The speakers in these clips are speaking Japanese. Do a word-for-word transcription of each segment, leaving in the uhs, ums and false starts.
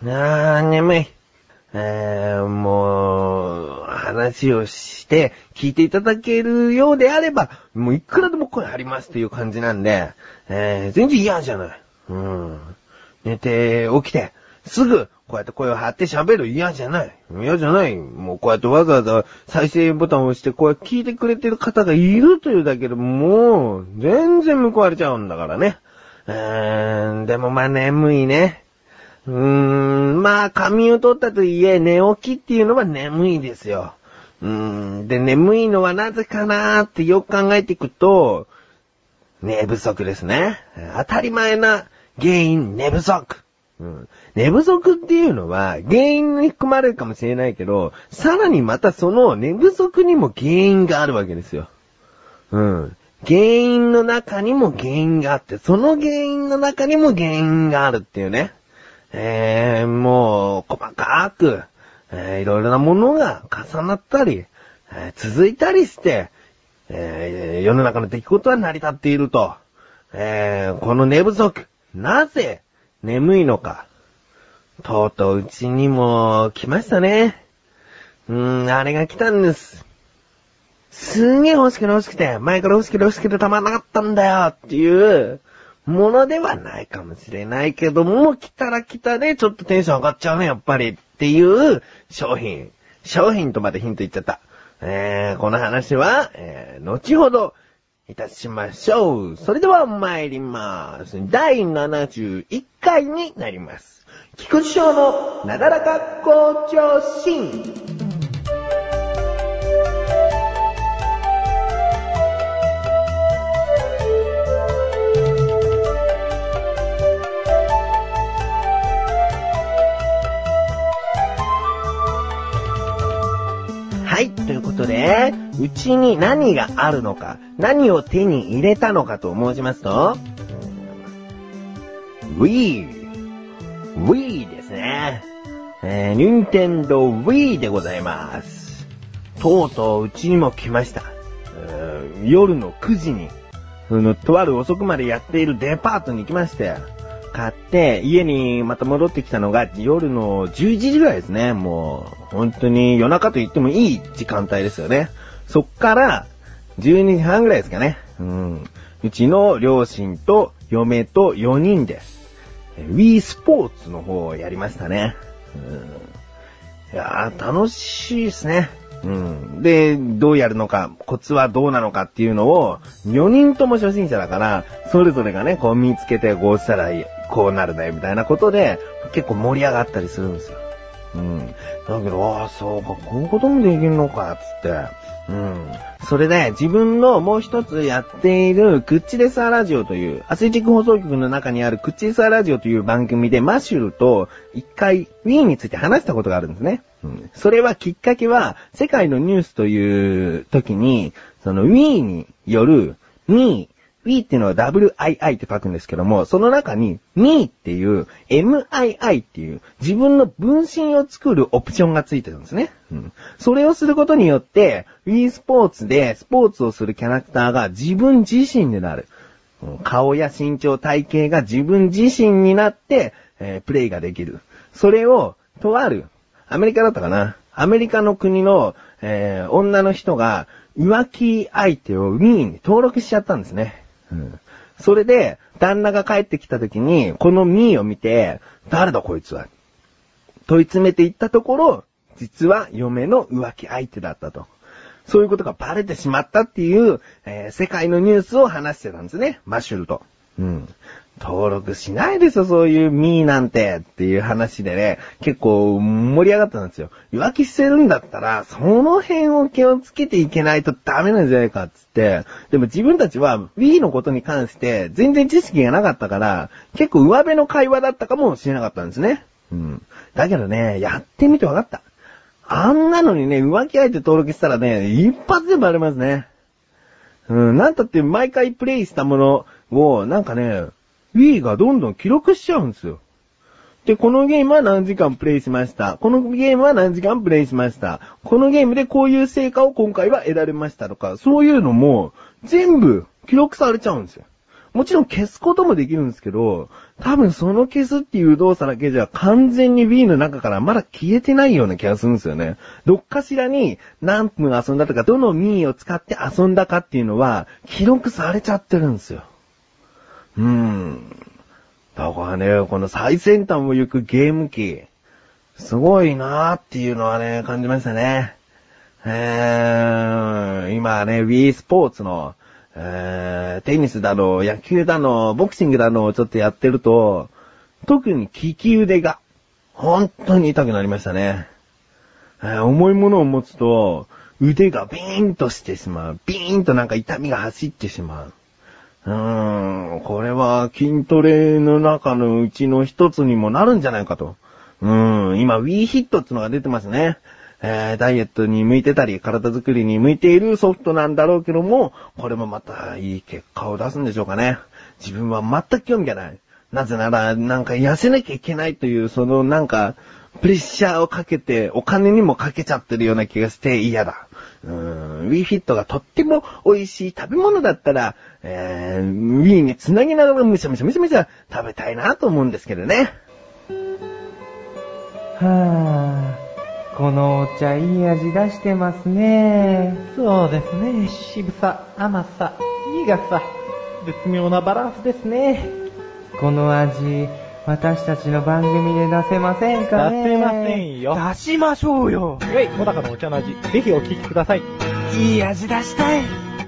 あー、眠い。えー、もう、話をして、聞いていただけるようであれば、もういくらでも声ありますっていう感じなんで、えー、全然嫌じゃない。うん。寝て、起きて、すぐ、こうやって声を張って喋る嫌じゃない。嫌じゃない。もうこうやってわざわざ再生ボタンを押して、こう聞いてくれてる方がいるというだけでもう、全然報われちゃうんだからね。うーん、でもまあ眠いね。うーん、まあ、仮眠を取ったといえ、寝起きっていうのは眠いですよ。うーん、で、眠いのはなぜかなーってよく考えていくと、寝不足ですね。当たり前な原因、寝不足。うん、寝不足っていうのは原因に含まれるかもしれないけど、さらにまたその寝不足にも原因があるわけですよ。うん。原因の中にも原因があって、その原因の中にも原因があるっていうね。えー、もう、細かく、えー、いろいろなものが重なったり、えー、続いたりして、えー、世の中の出来事は成り立っていると。えー、この寝不足、なぜ眠いのか。とうとううちにも来ましたね。うーん、あれが来たんです。すんげー欲しくて欲しくて、前から欲しくて欲しくてたまんなかったんだよっていうものではないかもしれないけども、来たら来たでちょっとテンション上がっちゃうね、やっぱりっていう商品。商品とまでヒント言っちゃった。えー、この話は、えー、後ほどいたしましょう。それでは参ります。だいななじゅういっかいになります。菊池翔のなだらか向上心。はい、ということで、うちに何があるのか、何を手に入れたのかと申しますと、Wii、Wii ですね。えー、Nintendo Wii でございます。とうとううちにも来ました。えー、夜のくじに、その、とある遅くまでやっているデパートに行きまして、買って、家にまた戻ってきたのが夜のじゅういちじぐらいですね。もう、本当に夜中と言ってもいい時間帯ですよね。そっから、じゅうにじはんぐらいですかね。うん。うちの両親と嫁とよにんで、Wii スポーツの方をやりましたね。うん、いやー、楽しいですね。うん。で、どうやるのか、コツはどうなのかっていうのを、よにんとも初心者だから、それぞれがね、こう見つけて、こうしたらこうなるね、みたいなことで、結構盛り上がったりするんですよ。うん。だけど、ああ、そうか、こういうこともできるのか、つって。うん。それで、自分のもう一つやっている、クッチレサーラジオという、アスレチック放送局の中にあるクッチレサーラジオという番組で、マッシュルと一回、Wii について話したことがあるんですね。うん。それはきっかけは、世界のニュースという時に、その Wii による、Me、Wii っていうのは ダブリューアイアイ って書くんですけども、その中に Me っていう エムアイアイ っていう自分の分身を作るオプションがついてるんですね。うん、それをすることによって Wii スポーツでスポーツをするキャラクターが自分自身になる。うん、顔や身長体型が自分自身になって、えー、プレイができる。それをとあるアメリカだったかな。アメリカの国の、えー、女の人が浮気相手を Wii に登録しちゃったんですね。うん、それで、旦那が帰ってきた時に、このミーを見て、誰だこいつは問い詰めていったところ、実は嫁の浮気相手だったと。そういうことがバレてしまったっていう、えー、世界のニュースを話してたんですね。マッシュルと。うん。登録しないですよ、そういうミーなんてっていう話でね、結構盛り上がったんですよ。浮気してるんだったら、その辺を気をつけていけないとダメなんじゃないかっつって、でも自分たちは Wii のことに関して全然知識がなかったから、結構上辺の会話だったかもしれなかったんですね。うん。だけどね、やってみて分かった。あんなのにね、浮気相手登録したらね、一発でバレますね。うん、なんたって毎回プレイしたものを、なんかね、Wii がどんどん記録しちゃうんですよ。で、このゲームは何時間プレイしました。このゲームは何時間プレイしました。このゲームでこういう成果を今回は得られましたとか、そういうのも全部記録されちゃうんですよ。もちろん消すこともできるんですけど、 多分その消すっていう動作だけじゃ完全に Wii の中からまだ消えてないような気がするんですよね。どっかしらに何分遊んだとか、どの Wii を使って遊んだかっていうのは記録されちゃってるんですよ。うーん。だからね、この最先端を行くゲーム機、すごいなーっていうのはね、感じましたね。えー、今ね、Wii スポーツのえー、テニスだの、野球だの、ボクシングだのをちょっとやってると、特に利き腕が、本当に痛くなりましたね。えー、重いものを持つと、腕がビーンとしてしまう。ビーンとなんか痛みが走ってしまう。うーん、これは筋トレの中のうちの一つにもなるんじゃないかと。うーん、今 Wii ヒットってのが出てますね。えー、ダイエットに向いてたり、体作りに向いているソフトなんだろうけども、これもまたいい結果を出すんでしょうかね。自分は全く興味がない。なぜなら、なんか痩せなきゃいけないという、そのなんか、プレッシャーをかけて、お金にもかけちゃってるような気がして嫌だ。うーん、Wii Fit がとっても美味しい食べ物だったら、えー、Wii につなぎながらむしゃむしゃむしゃむしゃ食べたいなと思うんですけどね。 はぁ。このお茶いい味出してますね。 そうですね。渋さ、甘さ、苦さ、絶妙なバランスですね。 この味、私たちの番組で出せませんかね。 出せませんよ。 出しましょうよ。 はい、小高のお茶の味、ぜひお聞きください。 いい味出したい。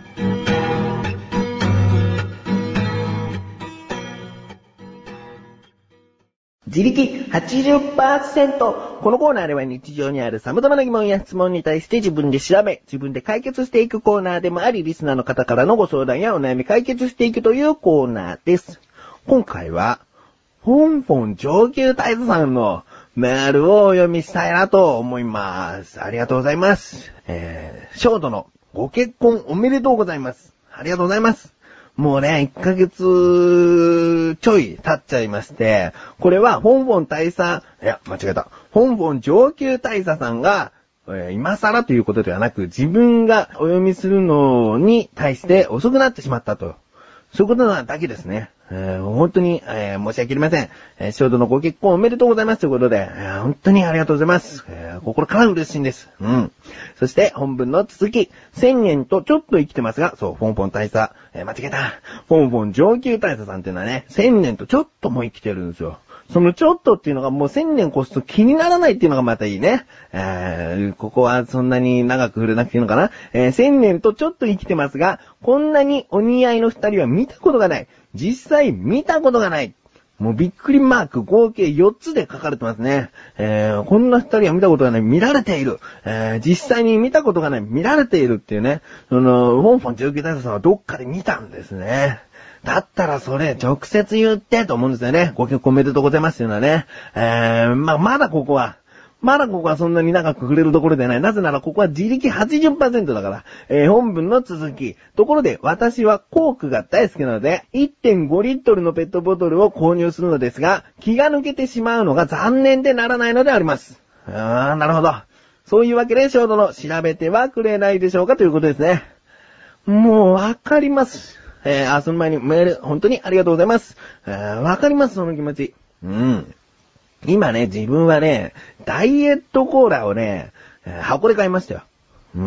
自力 はちじゅっパーセント。このコーナーでは日常にある様々な疑問や質問に対して自分で調べ、自分で解決していくコーナーでもあり、リスナーの方からのご相談やお悩み解決していくというコーナーです。今回は、香港上級大佐さんのメールをお読みしたいなと思います。ありがとうございます。えー、ショートのご結婚おめでとうございます。ありがとうございます。もうね、いっかげつちょい経っちゃいまして、これは香港大佐、いや、間違えた。香港上級大佐さんが、えー、今更ということではなく、自分がお読みするのに対して遅くなってしまったと。そういうことなだけですね。えー、本当に、えー、申し訳ありません。えー、ショートのご結婚おめでとうございますということで、えー、本当にありがとうございます。えー、心から嬉しいんです。うん。そして、本文の続き。千年とちょっと生きてますが、そう、フォンフォン大佐、えー、間違えた。フォンフォン上級大佐さんっていうのはね、千年とちょっとも生きてるんですよ。そのちょっとっていうのがもう千年越すと気にならないっていうのがまたいいね。えー、ここはそんなに長く触れなくていいのかな。えー、千年とちょっと生きてますが、こんなにお似合いの二人は見たことがない。実際見たことがない。もうびっくりマーク合計よっつで書かれてますね。えー、こんな二人は見たことがない。見られている。えー、実際に見たことがない。見られているっていうね。その、香港上級大佐さんはどっかで見たんですね。だったらそれ直接言ってと思うんですよね。ご結婚おめでとうございますっていうのはね。えー、まあ、まだここは、まだここはそんなに長く触れるところではない。なぜならここは自力 はちじゅっパーセント だから。えー、本文の続き。ところで私はコークが大好きなので いってんご リットルのペットボトルを購入するのですが、気が抜けてしまうのが残念でならないのであります。あー、なるほど。そういうわけでショートの調べてはくれないでしょうかということですね。もうわかります。えー、あ、その前にメール、本当にありがとうございます。えー、わかります、その気持ち。うん。今ね、自分はね、ダイエットコーラをね、えー、箱で買いましたよ。うん。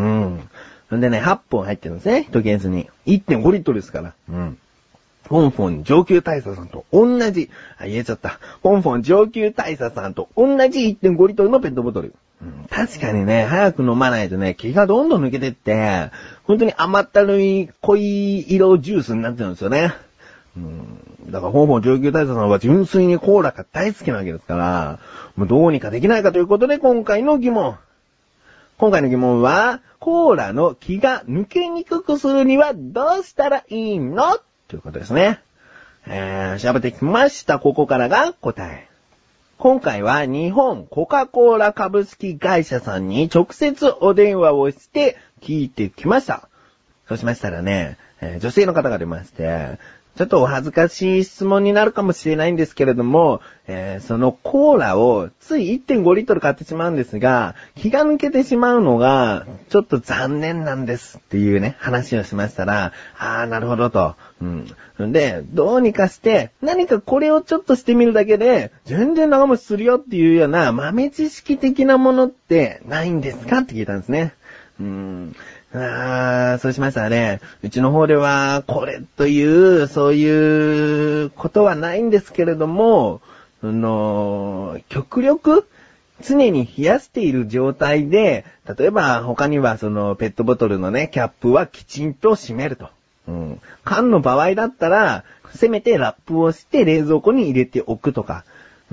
んでね、はっぽん入ってるんですね、一ケースに。いってんご リットルですから。うん。フォンフォン上級大佐さんと同じ、あ、言えちゃった。フォンフォン上級大佐さんと同じ いってんご リットルのペットボトル。うん、確かにね、早く飲まないとね、気がどんどん抜けてって、本当に甘ったるい濃い色ジュースになってるんですよね。うん、だからフォンフォン上級大佐さんは純粋にコーラが大好きなわけですから、もうどうにかできないかということで今回の疑問。今回の疑問は、コーラの気が抜けにくくするにはどうしたらいいのということですね。えー、調べてきました。ここからが答え。今回は日本コカ・コーラ株式会社さんに直接お電話をして聞いてきました。そうしましたらね、えー、女性の方が出まして、 ちょっとお恥ずかしい質問になるかもしれないんですけれども、えー、そのコーラをつい いってんご リットル買ってしまうんですが、気が抜けてしまうのがちょっと残念なんですっていうね、話をしましたら、あーなるほどと。うん。で、どうにかして何かこれをちょっとしてみるだけで全然長持ちするよっていうような豆知識的なものってないんですかって聞いたんですね。うん。あー、そうしましたらね、うちの方ではこれというそういうことはないんですけれども、あの極力常に冷やしている状態で、例えば他にはそのペットボトルのねキャップはきちんと閉めると。うん、缶の場合だったらせめてラップをして冷蔵庫に入れておくとか。うん、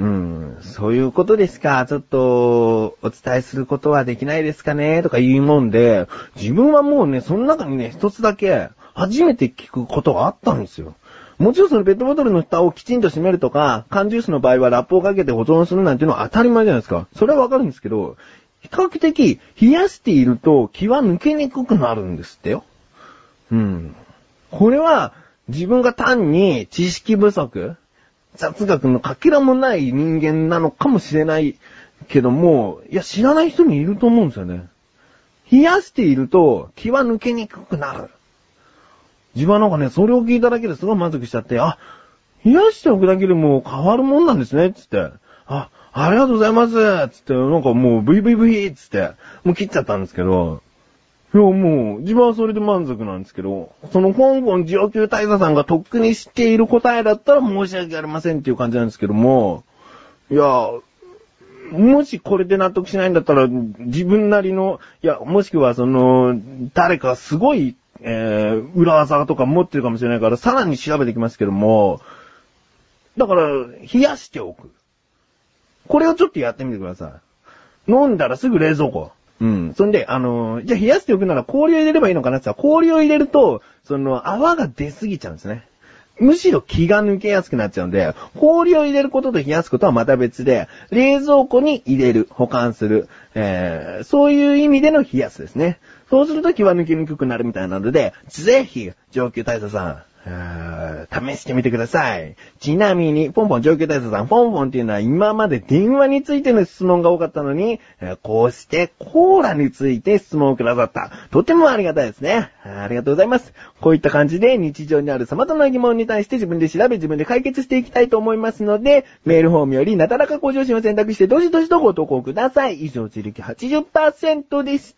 そういうことでしか、ちょっと、お伝えすることはできないですかね、とか言うもんで、自分はもうね、その中にね、一つだけ、初めて聞くことがあったんですよ。もちろんそのペットボトルの蓋をきちんと閉めるとか、缶ジュースの場合はラップをかけて保存するなんていうのは当たり前じゃないですか。それはわかるんですけど、比較的、冷やしていると気は抜けにくくなるんですってよ。うん。これは、自分が単に知識不足、雑学のかけらもない人間なのかもしれないけども、いや知らない人にいると思うんですよね。冷やしていると気は抜けにくくなる。自分はなんかね、それを聞いただけですごい満足しちゃって、あ、冷やしておくだけでも変わるもんなんですね、つって。あ、ありがとうございます、つって、なんかもうブイブイブイつって、もう切っちゃったんですけど、いやもう、自分はそれで満足なんですけど、その香港上級大佐さんがとっくに知っている答えだったら申し訳ありませんっていう感じなんですけども、いや、もしこれで納得しないんだったら、自分なりの、いや、もしくはその、誰かすごい、えー、裏技とか持ってるかもしれないから、さらに調べてきますけども、だから、冷やしておく。これをちょっとやってみてください。飲んだらすぐ冷蔵庫。うん。そんで、あのー、じゃあ冷やしておくなら氷を入れればいいのかなって言ったら、氷を入れると、その、泡が出すぎちゃうんですね。むしろ気が抜けやすくなっちゃうんで、氷を入れることと冷やすことはまた別で、冷蔵庫に入れる、保管する、えー、そういう意味での冷やすですね。そうすると気は抜けにくくなるみたいなので、ぜひ、上級大佐さん、試してみてください。ちなみに、ポンポン上級大佐さん、ポンポンっていうのは今まで電話についての質問が多かったのに、こうしてコーラについて質問をくださった。とてもありがたいですね。ありがとうございます。こういった感じで日常にある様々な疑問に対して自分で調べ自分で解決していきたいと思いますので、メールフォームよりなだらか向上心を選択してどしどしとご投稿ください。以上、自力 はちじゅっパーセント でした。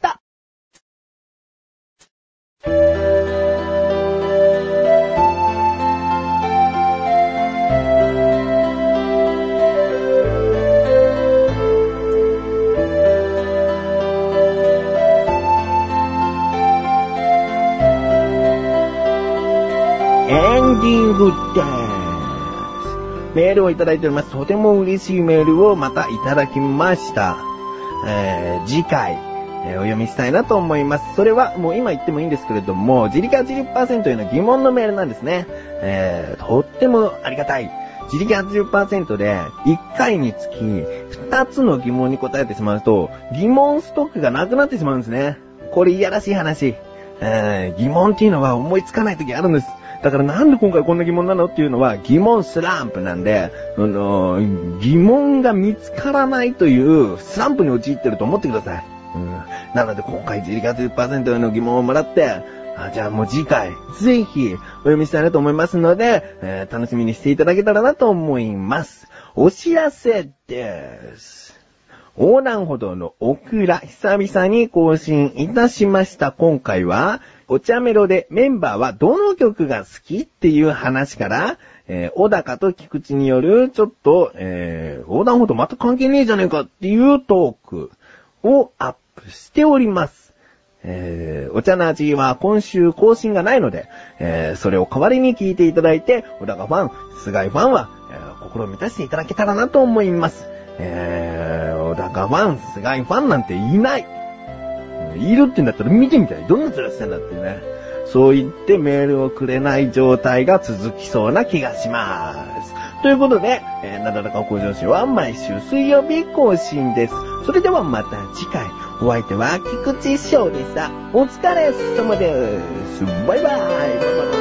エンディングです。メールをいただいております。とても嬉しいメールをまたいただきました。えー、次回、えー、お読みしたいなと思います。それはもう今言ってもいいんですけれども、自力 はちじゅっパーセント への疑問のメールなんですね。えー、とってもありがたい。自力 はちじゅっパーセント でいっかいにつきふたつの疑問に答えてしまうと、疑問ストックがなくなってしまうんですね。これいやらしい話。えー、疑問っていうのは思いつかない時あるんです。だからなんで今回こんな疑問なのっていうのは疑問スランプなんで、あのー、疑問が見つからないというスランプに陥ってると思ってください。うん、なので今回自力 はちじゅっパーセント への疑問をもらって、あ、じゃあもう次回ぜひお読みしたいなと思いますので、えー、楽しみにしていただけたらなと思います。お知らせです。横断歩道のオクラ、久々に更新いたしました。今回はお茶メロでメンバーはどの曲が好きっていう話から、えー、小高と菊池によるちょっと、えー、横断歩道また関係ねえじゃねえかっていうトークをアップしております。えー、お茶の味は今週更新がないので、えー、それを代わりに聞いていただいて、小高ファン、菅井ファンは、えー、心を満たしていただけたらなと思います。えー、小高ファン、菅井ファンなんていない。いるって言うんだったら見てみたい。どんな面してんだっていうね。そう言ってメールをくれない状態が続きそうな気がします。ということで、えー、なだらか向上心は毎週水曜日更新です。それではまた次回。お相手は菊池翔でした。お疲れ様です。バイバイ。